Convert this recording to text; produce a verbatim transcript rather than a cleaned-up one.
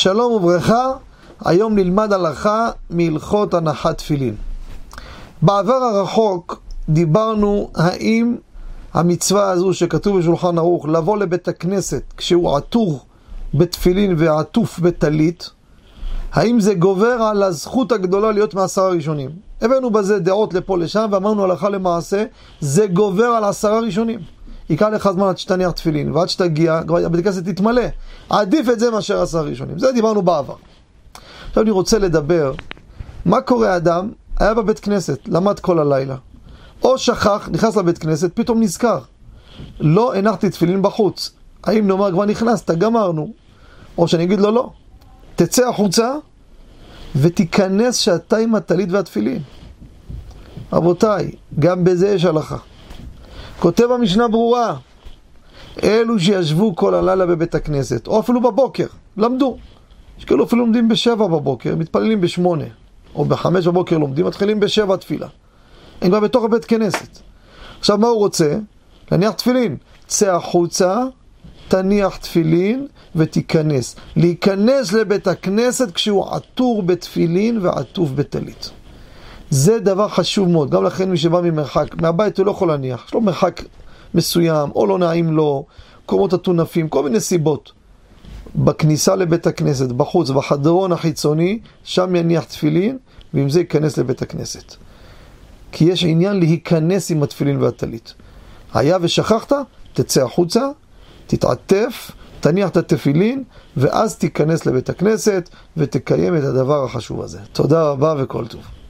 שלום וברכה, היום נלמד הלכה מהלכות הנחת תפילין. בעבר הרחוק דיברנו האם המצווה הזו שכתוב בשולחן ערוך, לבוא לבית הכנסת כשהוא עטור בתפילין ועטוף בטלית, האם זה גובר על הזכות הגדולה להיות מעשרה ראשונים. הבאנו בזה דעות לפה לשם ואמרנו הלכה למעשה, זה גובר על עשרה ראשונים. ייקח לך זמן עד שתניח תפילין, ועד שתגיע, הבית הכנסת תתמלא. עדיף את זה מאשר עשרה ראשונים. זה דיברנו בעבר. עכשיו אני רוצה לדבר, מה קורה אדם, היה בבית כנסת, למד כל הלילה. או שכח, נכנס לבית כנסת, פתאום נזכר. לא הנחתי תפילין בחוץ. האם נאמר, כבר נכנסת, גמרנו. או שאני אגיד לו לא. תצא החוצה, ותיכנס שאתה עם הטלית והתפילין. רבותיי, גם בזה יש הלכה. כותב המשנה ברורה, אלו שישבו כל הלילה בבית הכנסת, או אפילו בבוקר, למדו. יש כאלו אפילו לומדים בשבע בבוקר, מתפללים בשמונה, או בחמש בבוקר לומדים, מתחילים בשבע תפילה. הם כבר בתוך הבית כנסת. עכשיו מה הוא רוצה? להניח תפילין. צא החוצה, תניח תפילין ותיכנס. להיכנס לבית הכנסת כשהוא עטור בתפילין ועטוף בטלית. זה דבר חשוב מאוד, גם לכן מי שבא ממרחק, מהבית הוא לא יכול להניח, יש לו מרחק מסוים, או לא נעים לו, קומות הטונפים, כל מיני סיבות. בכניסה לבית הכנסת, בחוץ, בחדרון החיצוני, שם יניח תפילין, ועם זה ייכנס לבית הכנסת. כי יש עניין להיכנס עם התפילין והטלית. היה ושכחת, תצא החוצה, תתעטף, תניח את התפילין, ואז תיכנס לבית הכנסת, ותקיים את הדבר החשוב הזה. תודה רבה וכל טוב.